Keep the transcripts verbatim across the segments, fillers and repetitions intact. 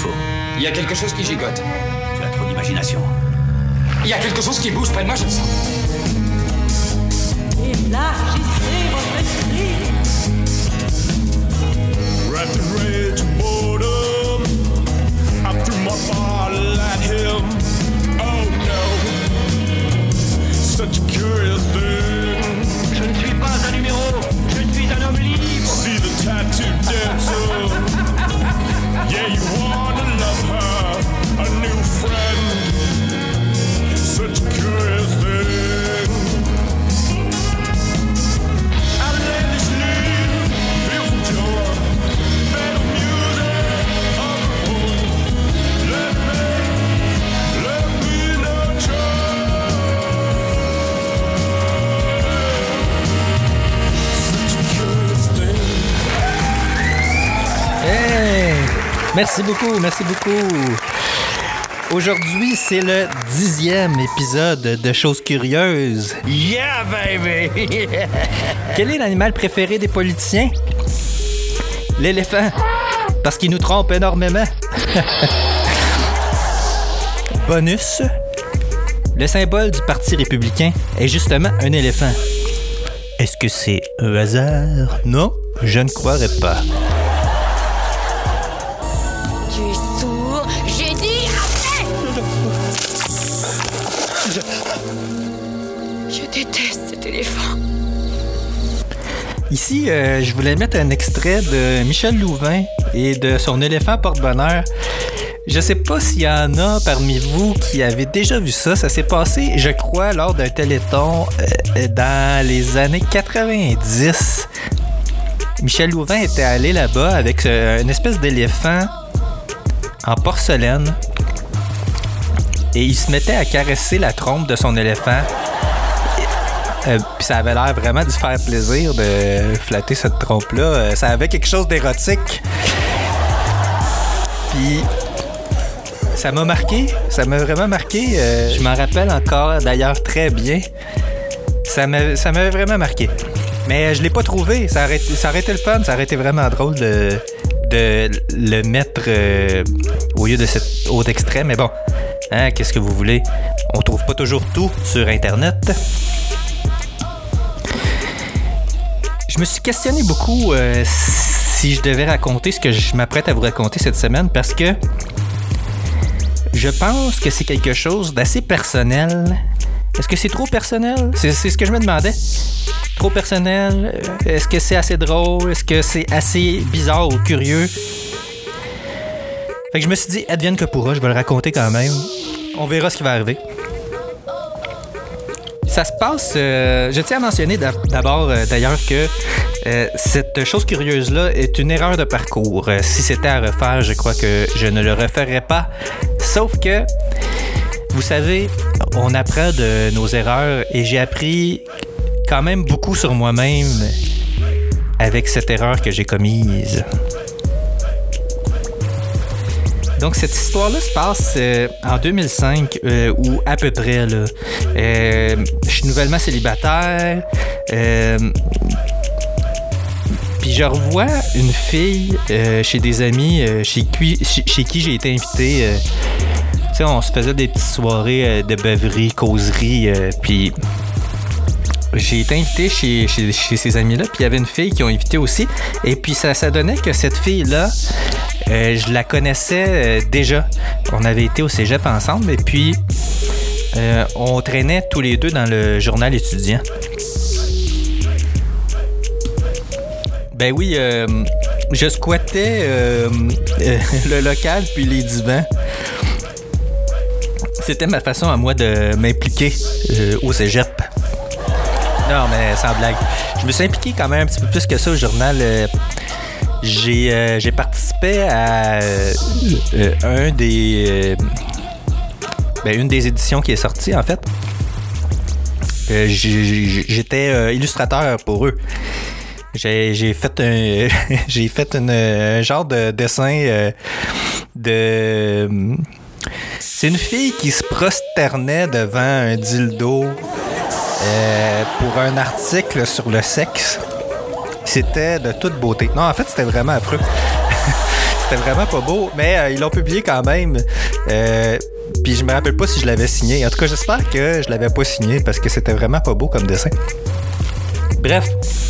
faut? Il y a quelque chose qui gigote. Tu as trop d'imagination. Il y a quelque chose qui bouge près de moi, je le sens. Élargissez votre esprit. Wrapped in rage and boredom, I threw my bottle at him. Oh no, such a curious thing. Je ne suis pas un numéro, je suis un homme libre. See the tattooed dancer. Yeah, you wanna love her, a new friend. Such a curious thing. Outlandishly, fearful joy, better music of the home. Let me, let me know such a curious thing. Hey! Merci beaucoup, merci beaucoup. Aujourd'hui, c'est le dixième épisode de Choses curieuses. Yeah, baby! Quel est l'animal préféré des politiciens? L'éléphant. Parce qu'il nous trompe énormément. Bonus. Le symbole du Parti républicain est justement un éléphant. Est-ce que c'est un hasard? Non, je ne croirais pas. Tu es sourd? J'ai dit arrête! Je... Je déteste cet éléphant. Ici, euh, je voulais mettre un extrait de Michel Louvain et de son éléphant porte-bonheur. Je sais pas s'il y en a parmi vous qui avez déjà vu ça. Ça s'est passé, je crois, lors d'un téléthon euh, dans les années quatre-vingt-dix. Michel Louvain était allé là-bas avec euh, une espèce d'éléphant en porcelaine et il se mettait à caresser la trompe de son éléphant. Euh, Puis ça avait l'air vraiment de se faire plaisir de flatter cette trompe-là. Euh, ça avait quelque chose d'érotique. Puis ça m'a marqué. Ça m'a vraiment marqué. Euh, je m'en rappelle encore d'ailleurs très bien. Ça m'a, ça m'avait vraiment marqué. Mais je l'ai pas trouvé. Ça aurait, ça aurait été le fun. Ça aurait été vraiment drôle de, de le mettre euh, au lieu de cet autre extrait. Mais bon, hein, qu'est-ce que vous voulez? On trouve pas toujours tout sur Internet. Je me suis questionné beaucoup euh, si je devais raconter ce que je m'apprête à vous raconter cette semaine parce que je pense que c'est quelque chose d'assez personnel. Est-ce que c'est trop personnel? C'est, c'est ce que je me demandais. Trop personnel? Est-ce que c'est assez drôle? Est-ce que c'est assez bizarre ou curieux? Fait que je me suis dit, advienne que pourra, je vais le raconter quand même. On verra ce qui va arriver. Ça se passe... Euh, je tiens à mentionner d'abord, euh, d'ailleurs, que euh, cette chose curieuse-là est une erreur de parcours. Euh, si c'était à refaire, je crois que je ne le referais pas. Sauf que, vous savez, on apprend de nos erreurs et j'ai appris quand même beaucoup sur moi-même avec cette erreur que j'ai commise. Donc, cette histoire-là se passe euh, en deux mille cinq, euh, ou à peu près, là. Euh, je suis nouvellement célibataire. Euh, Puis je revois une fille euh, chez des amis euh, chez, qui, chez, chez qui j'ai été invité. Euh, tu sais, on se faisait des petites soirées euh, de beuverie, causerie. Euh, puis j'ai été invité chez, chez, chez ces amis-là. Puis il y avait une fille qui ont invité aussi. Et puis ça, ça donnait que cette fille-là, Euh, je la connaissais euh, déjà. On avait été au cégep ensemble et puis euh, on traînait tous les deux dans le journal étudiant. Ben oui, euh, je squattais euh, euh, le local puis les divans. C'était ma façon à moi de m'impliquer euh, au cégep. Non, mais sans blague. Je me suis impliqué quand même un petit peu plus que ça au journal. Euh, J'ai, euh, j'ai participé à euh, euh, un des, euh, ben, une des éditions qui est sortie, en fait. Euh, j'ai, j'étais euh, illustrateur pour eux. J'ai, j'ai fait un, j'ai fait une, un genre de dessin euh, de... C'est une fille qui se prosternait devant un dildo euh, pour un article sur le sexe. C'était de toute beauté. Non, en fait, c'était vraiment affreux. c'était vraiment pas beau, mais euh, ils l'ont publié quand même. Euh, Puis je me rappelle pas si je l'avais signé. En tout cas, j'espère que je l'avais pas signé parce que c'était vraiment pas beau comme dessin. Bref.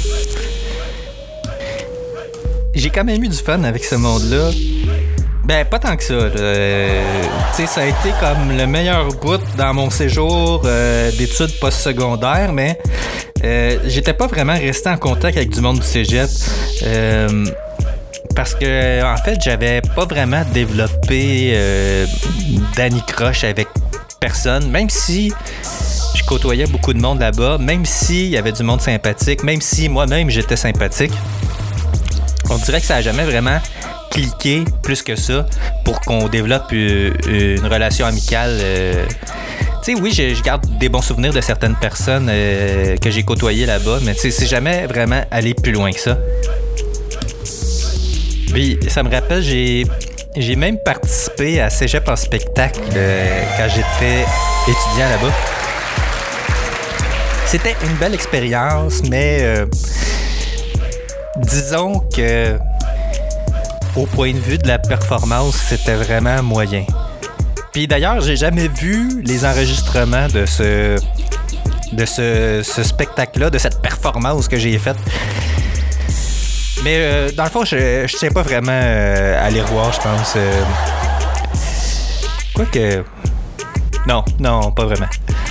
J'ai quand même eu du fun avec ce monde-là. Ben, pas tant que ça. Euh, tu sais, ça a été comme le meilleur bout dans mon séjour euh, d'études postsecondaires, mais euh, j'étais pas vraiment resté en contact avec du monde du cégep. Euh, parce que, en fait, j'avais pas vraiment développé euh, d'anicroche avec personne, même si je côtoyais beaucoup de monde là-bas, même s'il y avait du monde sympathique, même si moi-même j'étais sympathique. On dirait que ça a jamais vraiment cliqué plus que ça pour qu'on développe une, une relation amicale. Euh, tu sais, oui, je, je garde des bons souvenirs de certaines personnes euh, que j'ai côtoyées là-bas, mais tu sais, c'est jamais vraiment allé plus loin que ça. Puis, ça me rappelle, j'ai, j'ai même participé à Cégep en spectacle euh, quand j'étais étudiant là-bas. C'était une belle expérience, mais euh, disons que au point de vue de la performance, c'était vraiment moyen. Puis d'ailleurs, j'ai jamais vu les enregistrements de ce de ce, ce spectacle-là, de cette performance que j'ai faite. Mais euh, dans le fond, je, je tiens pas vraiment euh, à les revoir, je pense. Euh... Quoique... Non, non, pas vraiment.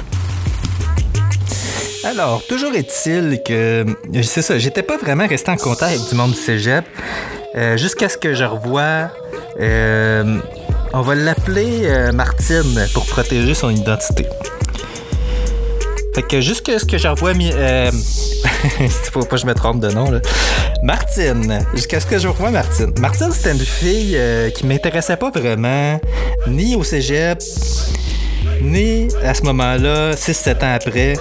Alors, toujours est-il que... C'est ça, j'étais pas vraiment resté en contact avec du monde du cégep. Euh, jusqu'à ce que je revoie... Euh, on va l'appeler euh, Martine pour protéger son identité. Fait que jusqu'à ce que je revoie... Euh, faut pas que je me trompe de nom, là. Martine. Jusqu'à ce que je revoie Martine. Martine, c'était une fille euh, qui m'intéressait pas vraiment, ni au cégep, ni à ce moment-là, six sept ans après.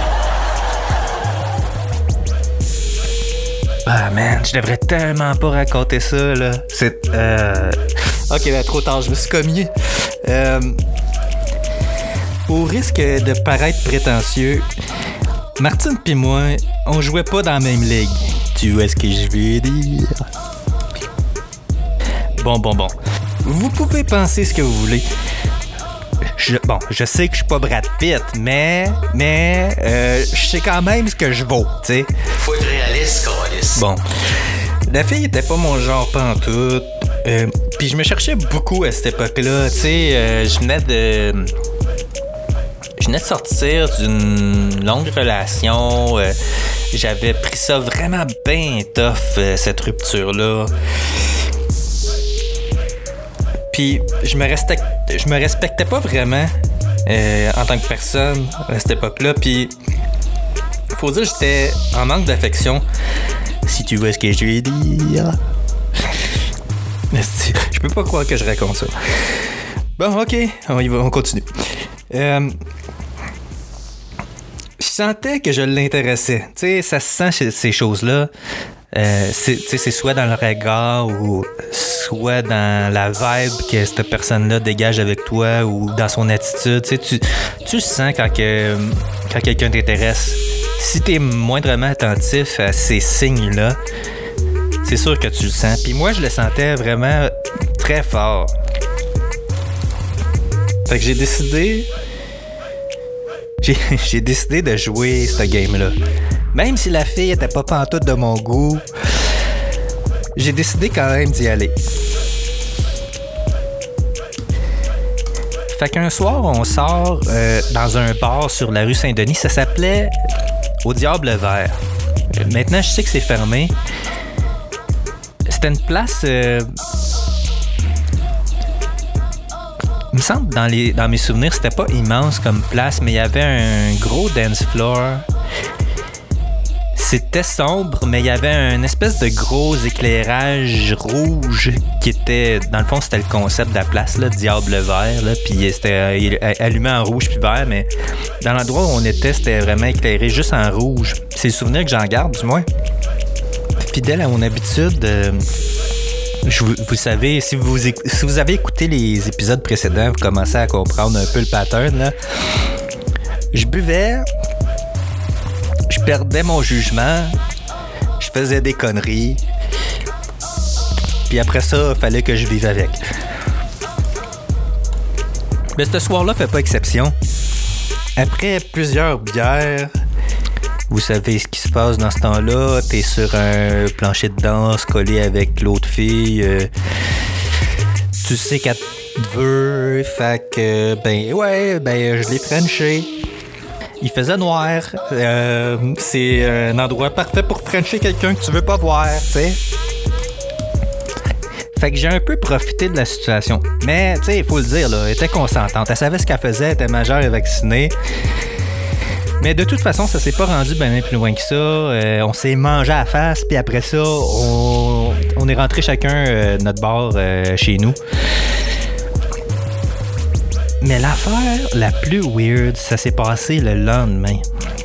Ah man, je devrais tellement pas raconter ça, là. C'est... Euh... Ok, ben, trop tard, je me suis commis. Euh... Au risque de paraître prétentieux, Martine pis moi, on jouait pas dans la même ligue. Tu vois ce que je veux dire? Bon, bon, bon. Vous pouvez penser ce que vous voulez. Je, bon, je sais que je suis pas Brad Pitt, mais... Mais... Euh, je sais quand même ce que je vaux, tu sais. Faut être réaliste, Carlis. Bon. La fille était pas mon genre pantoute. Euh, Puis je me cherchais beaucoup à cette époque-là, tu sais. Euh, je venais de... Je venais de sortir d'une longue relation. Euh, j'avais pris ça vraiment bien tough, euh, cette rupture-là. Puis je me respectais, je me respectais pas vraiment euh, en tant que personne à cette époque-là. Puis faut dire que j'étais en manque d'affection, si tu vois ce que je veux dire. Je peux pas croire que je raconte ça. Bon, ok, on y va, on continue. Euh, je sentais que je l'intéressais. Tu sais, ça se sent ces choses-là. Euh, c'est, c'est soit dans le regard ou soit dans la vibe que cette personne-là dégage avec toi ou dans son attitude. Tu, tu le sens quand, que, quand quelqu'un t'intéresse. Si t'es moindrement attentif à ces signes-là, c'est sûr que tu le sens. Puis moi, je le sentais vraiment très fort. Fait que j'ai décidé... J'ai, j'ai décidé de jouer ce game-là. Même si la fille était pas pantoute de mon goût, j'ai décidé quand même d'y aller. Fait qu'un soir, on sort euh, dans un bar sur la rue Saint-Denis. Ça s'appelait Au Diable Vert. Maintenant, je sais que c'est fermé. C'était une place... Euh, il me semble, dans, les, dans mes souvenirs, c'était pas immense comme place, mais il y avait un gros dance floor. C'était sombre, mais il y avait un espèce de gros éclairage rouge qui était... Dans le fond, c'était le concept de la place, là, Diable Vert. Là, puis c'était allumé en rouge puis vert, mais dans l'endroit où on était, c'était vraiment éclairé juste en rouge. C'est le souvenir que j'en garde, du moins. Fidèle à mon habitude... Euh, Je, vous savez, si vous, si vous avez écouté les épisodes précédents, vous commencez à comprendre un peu le pattern, là. Je buvais, je perdais mon jugement, je faisais des conneries, puis après ça, fallait que je vive avec. Mais ce soir-là fait pas exception. Après plusieurs bières, vous savez ce qui se passe dans ce temps-là. T'es sur un plancher de danse collé avec l'autre fille. Euh, tu sais qu'elle te veut. Fait que, ben ouais, ben je l'ai frenché. Il faisait noir. Euh, c'est un endroit parfait pour frencher quelqu'un que tu veux pas voir, tu sais. Fait que j'ai un peu profité de la situation. Mais, tu sais, il faut le dire, là, elle était consentante. Elle savait ce qu'elle faisait, elle était majeure et vaccinée. Mais de toute façon, ça s'est pas rendu bien plus loin que ça. Euh, on s'est mangé à la face, puis après ça, on, on est rentré chacun euh, de notre bar euh, chez nous. Mais l'affaire la plus weird, ça s'est passé le lendemain.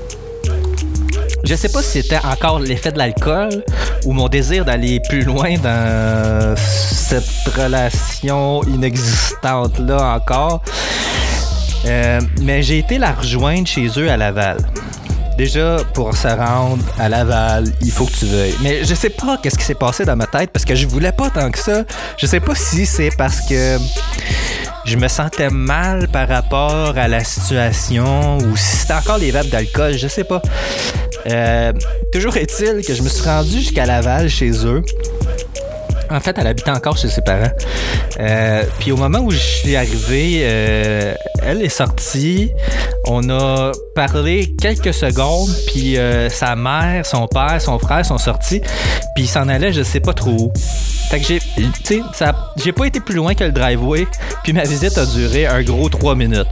Je sais pas si c'était encore l'effet de l'alcool ou mon désir d'aller plus loin dans cette relation inexistante-là encore. Euh, mais j'ai été la rejoindre chez eux à Laval. Déjà, pour se rendre à Laval, il faut que tu veuilles. Mais je sais pas qu'est-ce qui s'est passé dans ma tête parce que je voulais pas tant que ça. Je sais pas si c'est parce que je me sentais mal par rapport à la situation ou si c'était encore les vapes d'alcool, je sais pas. Euh, toujours est-il que je me suis rendu jusqu'à Laval chez eux. En fait, elle habitait encore chez ses parents. Euh, puis au moment où je suis arrivé, euh, elle est sortie. On a parlé quelques secondes. Puis euh, sa mère, son père, son frère sont sortis. Puis ils s'en allaient, je sais pas trop où. Fait que j'ai, tu sais, ça, j'ai pas été plus loin que le driveway. Puis ma visite a duré un gros trois minutes.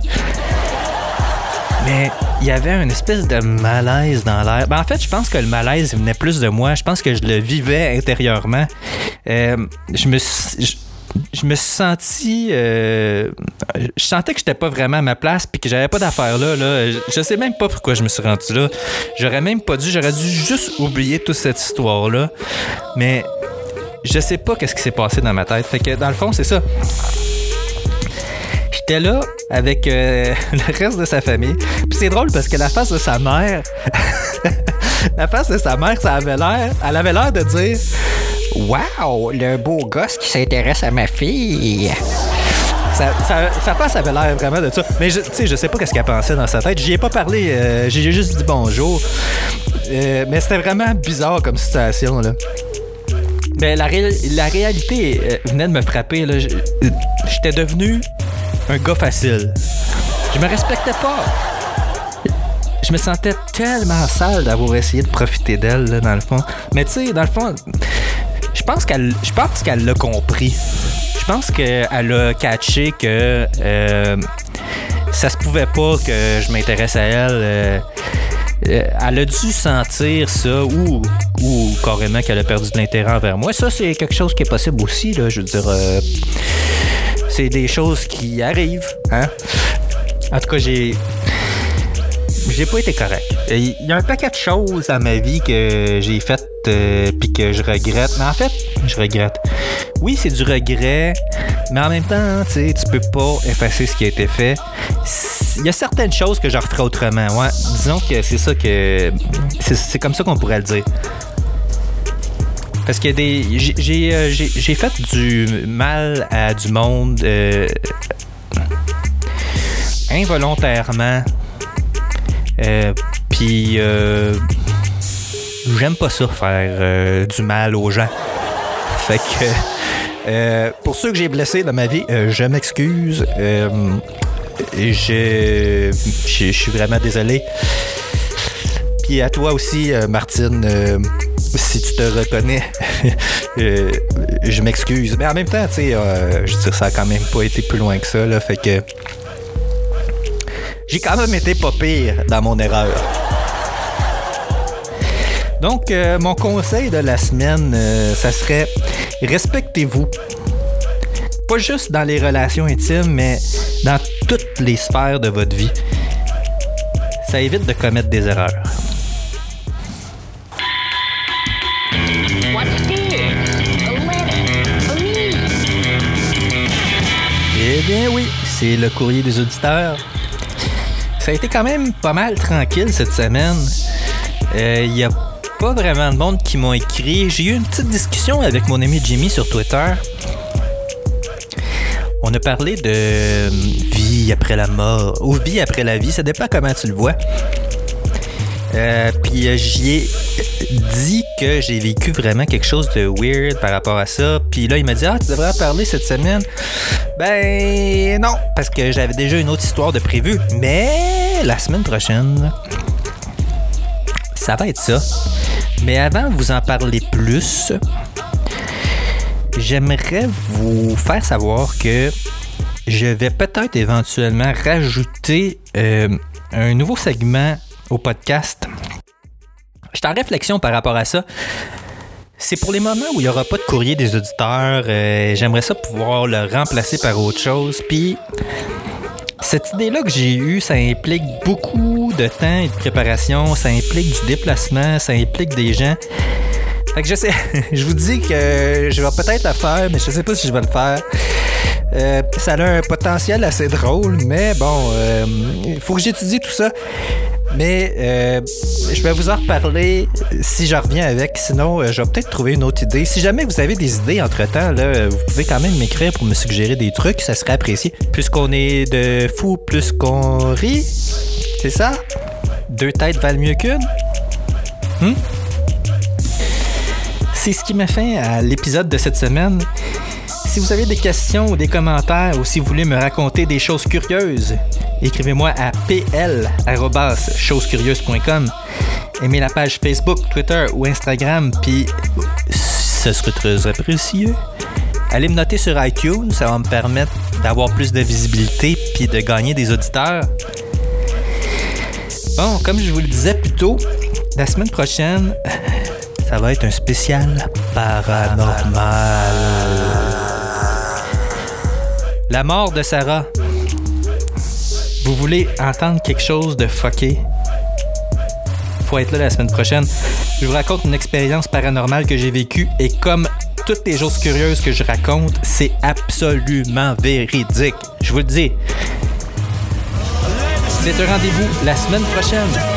Mais il y avait une espèce de malaise dans l'air. Ben, en fait, je pense que le malaise il venait plus de moi. Je pense que je le vivais intérieurement. Euh, je me suis... Je, je me suis senti... Euh, je sentais que j'étais pas vraiment à ma place puis que j'avais pas d'affaires là, là. Je, je sais même pas pourquoi je me suis rendu là. J'aurais même pas dû... J'aurais dû juste oublier toute cette histoire-là. Mais je sais pas qu'est-ce qui s'est passé dans ma tête. Fait que, dans le fond, c'est ça. J'étais là avec euh, le reste de sa famille. Puis c'est drôle parce que la face de sa mère... la face de sa mère, ça avait l'air... Elle avait l'air de dire... Wow, le beau gosse qui s'intéresse à ma fille. Sa, sa, sa face avait l'air vraiment de ça. Mais tu sais, je sais pas qu'est-ce qu'elle pensait dans sa tête. J'y ai pas parlé. Euh, j'ai juste dit bonjour. Euh, mais c'était vraiment bizarre comme situation, là. Mais la, ré- la réalité euh, venait de me frapper, là. J'étais devenu un gars facile. Je me respectais pas. Je me sentais tellement sale d'avoir essayé de profiter d'elle, là, dans le fond. Mais tu sais, dans le fond... Je pense qu'elle, je pense qu'elle l'a compris. Je pense qu'elle a catché que euh, ça se pouvait pas que je m'intéresse à elle. Euh, elle a dû sentir ça ou, ou carrément qu'elle a perdu de l'intérêt envers moi. Ça, c'est quelque chose qui est possible aussi, là. Je veux dire, euh, c'est des choses qui arrivent, hein. En tout cas, j'ai... J'ai pas été correct. Il y a un paquet de choses dans ma vie que j'ai faites euh, puis que je regrette. Mais en fait, je regrette. Oui, c'est du regret, mais en même temps, tu sais, tu peux pas effacer ce qui a été fait. Il y a certaines choses que je referais autrement. Ouais, disons que c'est ça que... C'est, c'est comme ça qu'on pourrait le dire. Parce qu'il y a des... J'ai, j'ai, j'ai, j'ai fait du mal à du monde euh, involontairement. Euh, Puis euh, j'aime pas ça, faire euh, du mal aux gens. Fait que euh, pour ceux que j'ai blessés dans ma vie, euh, je m'excuse. Euh, je, je, je suis vraiment désolé. Puis à toi aussi, euh, Martine, euh, si tu te reconnais, euh, je m'excuse. Mais en même temps, tu sais, euh, je veux dire, ça a quand même pas été plus loin que ça, là. Fait que j'ai quand même été pas pire dans mon erreur. Donc, euh, mon conseil de la semaine, euh, ça serait respectez-vous. Pas juste dans les relations intimes, mais dans toutes les sphères de votre vie. Ça évite de commettre des erreurs. Eh bien oui, c'est le courrier des auditeurs. Ça a été quand même pas mal tranquille cette semaine. Il euh, n'y a pas vraiment de monde qui m'ont écrit. J'ai eu une petite discussion avec mon ami Jimmy sur Twitter. On a parlé de vie après la mort, ou vie après la vie, ça dépend comment tu le vois. Euh, Puis euh, j'y ai dit que j'ai vécu vraiment quelque chose de weird par rapport à ça. Puis là, il m'a dit « Ah, tu devrais en parler cette semaine. » Ben non, parce que j'avais déjà une autre histoire de prévue. Mais la semaine prochaine, ça va être ça. Mais avant de vous en parler plus, j'aimerais vous faire savoir que je vais peut-être éventuellement rajouter euh, un nouveau segment au podcast. Je suis en réflexion par rapport à ça. C'est pour les moments où il n'y aura pas de courrier des auditeurs. Euh, j'aimerais ça pouvoir le remplacer par autre chose. Puis, cette idée-là que j'ai eue, ça implique beaucoup de temps et de préparation. Ça implique du déplacement. Ça implique des gens. Fait que je sais, je vous dis que je vais peut-être le faire, mais je sais pas si je vais le faire. Euh, ça a un potentiel assez drôle, mais bon, il euh, faut que j'étudie tout ça. Mais euh, je vais vous en reparler si je reviens avec. Sinon, euh, je vais peut-être trouver une autre idée. Si jamais vous avez des idées entre-temps, là, vous pouvez quand même m'écrire pour me suggérer des trucs. Ça serait apprécié. Puisqu'on est de fous plus qu'on rit. C'est ça? Deux têtes valent mieux qu'une? Hum? C'est ce qui met fin à l'épisode de cette semaine. Si vous avez des questions ou des commentaires ou si vous voulez me raconter des choses curieuses, écrivez-moi à p l arobase choses curieuses point com. Aimez la page Facebook, Twitter ou Instagram, puis ce serait très apprécié. Allez me noter sur iTunes, ça va me permettre d'avoir plus de visibilité puis de gagner des auditeurs. Bon, comme je vous le disais plus tôt, la semaine prochaine, ça va être un spécial paranormal. La mort de Sarah. Vous voulez entendre quelque chose de fucké? Faut être là la semaine prochaine. Je vous raconte une expérience paranormale que j'ai vécue et comme toutes les choses curieuses que je raconte, c'est absolument véridique. Je vous le dis. C'est un rendez-vous la semaine prochaine.